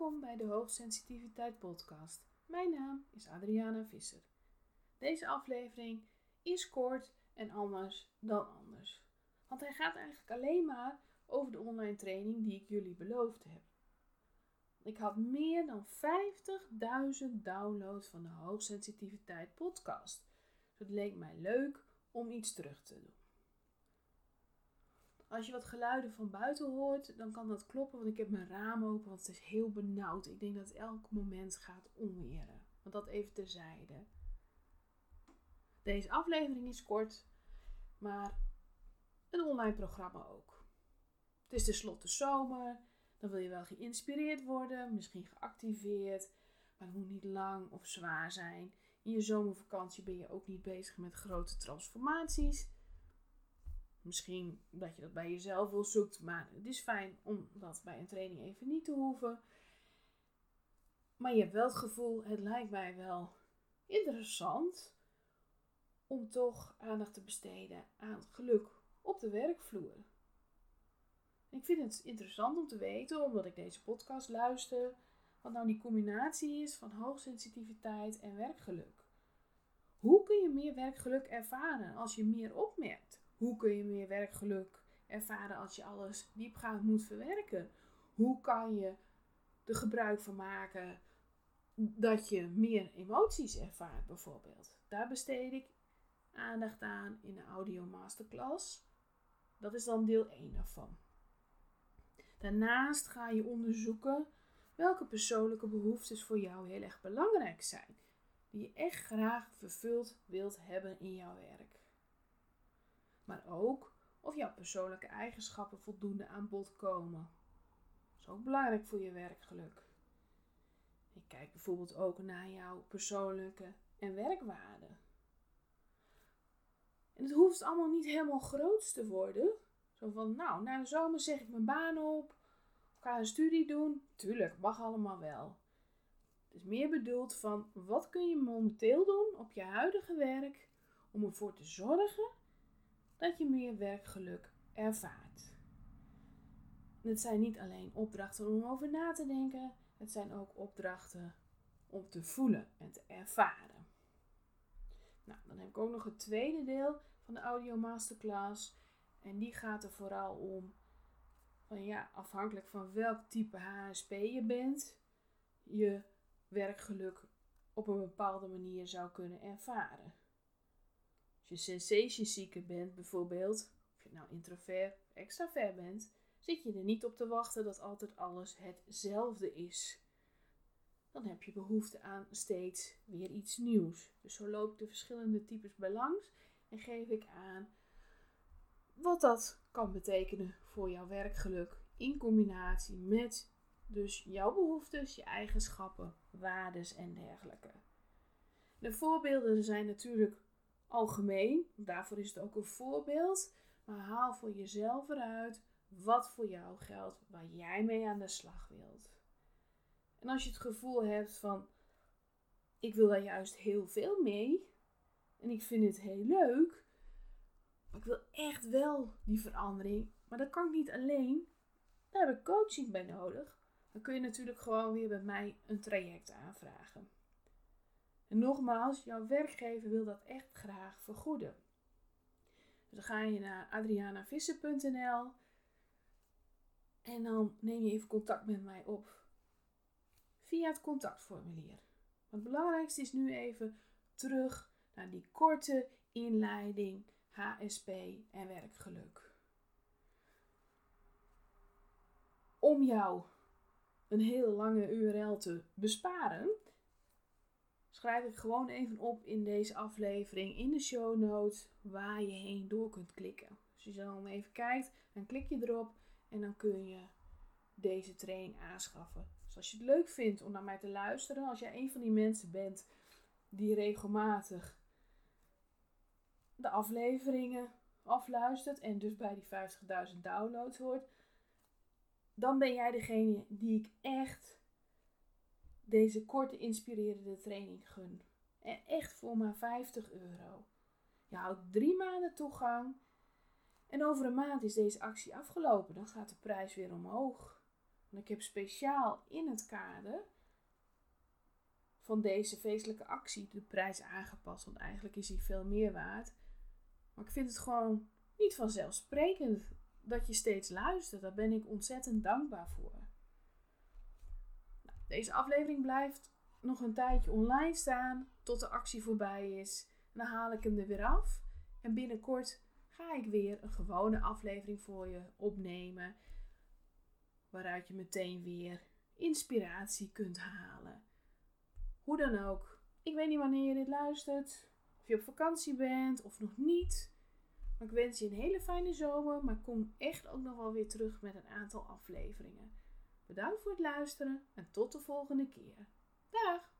Welkom bij de Hoogsensitiviteit podcast. Mijn naam is Adriana Visser. Deze aflevering is kort en anders dan anders. Want hij gaat eigenlijk alleen maar over de online training die ik jullie beloofd heb. Ik had meer dan 50.000 downloads van de Hoogsensitiviteit podcast. Dus het leek mij leuk om iets terug te doen. Als je wat geluiden van buiten hoort, dan kan dat kloppen, want ik heb mijn raam open, want het is heel benauwd. Ik denk dat het elk moment gaat onweren. Want dat even terzijde. Deze aflevering is kort, maar een online programma ook. Het is tenslotte zomer, dan wil je wel geïnspireerd worden, misschien geactiveerd, maar het moet niet lang of zwaar zijn. In je zomervakantie ben je ook niet bezig met grote transformaties. Misschien dat je dat bij jezelf wel zoekt, maar het is fijn om dat bij een training even niet te hoeven. Maar je hebt wel het gevoel, het lijkt mij wel interessant om toch aandacht te besteden aan geluk op de werkvloer. Ik vind het interessant om te weten, omdat ik deze podcast luister, wat nou die combinatie is van hoogsensitiviteit en werkgeluk. Hoe kun je meer werkgeluk ervaren als je meer opmerkt? Hoe kun je meer werkgeluk ervaren als je alles diepgaand moet verwerken? Hoe kan je er gebruik van maken dat je meer emoties ervaart bijvoorbeeld? Daar besteed ik aandacht aan in de audio masterclass. Dat is dan deel 1 daarvan. Daarnaast ga je onderzoeken welke persoonlijke behoeftes voor jou heel erg belangrijk zijn. Die je echt graag vervuld wilt hebben in jouw werk. Maar ook of jouw persoonlijke eigenschappen voldoende aan bod komen. Dat is ook belangrijk voor je werkgeluk. Ik kijk bijvoorbeeld ook naar jouw persoonlijke en werkwaarden. En het hoeft allemaal niet helemaal groots te worden. Zo van, nou, na de zomer zeg ik mijn baan op. Of ga een studie doen. Tuurlijk, mag allemaal wel. Het is meer bedoeld van, wat kun je momenteel doen op je huidige werk om ervoor te zorgen dat je meer werkgeluk ervaart. En het zijn niet alleen opdrachten om over na te denken, het zijn ook opdrachten om te voelen en te ervaren. Nou, dan heb ik ook nog het tweede deel van de audio masterclass en die gaat er vooral om van afhankelijk van welk type HSP je bent, je werkgeluk op een bepaalde manier zou kunnen ervaren. Als je sensation seeker bent bijvoorbeeld, of je nou introvert of extravert bent, zit je er niet op te wachten dat altijd alles hetzelfde is. Dan heb je behoefte aan steeds weer iets nieuws. Dus zo loop ik de verschillende types bij langs en geef ik aan wat dat kan betekenen voor jouw werkgeluk in combinatie met dus jouw behoeftes, je eigenschappen, waardes en dergelijke. De voorbeelden zijn natuurlijk algemeen, daarvoor is het ook een voorbeeld, maar haal voor jezelf eruit wat voor jou geldt, waar jij mee aan de slag wilt. En als je het gevoel hebt van, ik wil daar juist heel veel mee en ik vind het heel leuk, maar ik wil echt wel die verandering, maar dat kan ik niet alleen, daar heb ik coaching bij nodig. Dan kun je natuurlijk gewoon weer bij mij een traject aanvragen. En nogmaals, jouw werkgever wil dat echt graag vergoeden. Dus dan ga je naar adrianavisser.nl en dan neem je even contact met mij op via het contactformulier. Het belangrijkste is nu even terug naar die korte inleiding HSP en werkgeluk. Om jou een heel lange URL te besparen, schrijf ik gewoon even op in deze aflevering in de show notes waar je heen door kunt klikken. Dus als je dan even kijkt, dan klik je erop en dan kun je deze training aanschaffen. Dus als je het leuk vindt om naar mij te luisteren, als jij een van die mensen bent die regelmatig de afleveringen afluistert en dus bij die 50.000 downloads hoort, dan ben jij degene die ik echt deze korte inspirerende training gun. En echt voor maar €50. Je houdt 3 maanden toegang. En over een maand is deze actie afgelopen. Dan gaat de prijs weer omhoog. Want ik heb speciaal in het kader van deze feestelijke actie de prijs aangepast. Want eigenlijk is die veel meer waard. Maar ik vind het gewoon niet vanzelfsprekend dat je steeds luistert. Daar ben ik ontzettend dankbaar voor. Nou, deze aflevering blijft nog een tijdje online staan tot de actie voorbij is. En dan haal ik hem er weer af. En binnenkort ga ik weer een gewone aflevering voor je opnemen. Waaruit je meteen weer inspiratie kunt halen. Hoe dan ook. Ik weet niet wanneer je dit luistert. Of je op vakantie bent of nog niet. Maar ik wens je een hele fijne zomer. Maar kom echt ook nog wel weer terug met een aantal afleveringen. Bedankt voor het luisteren en tot de volgende keer. Dag!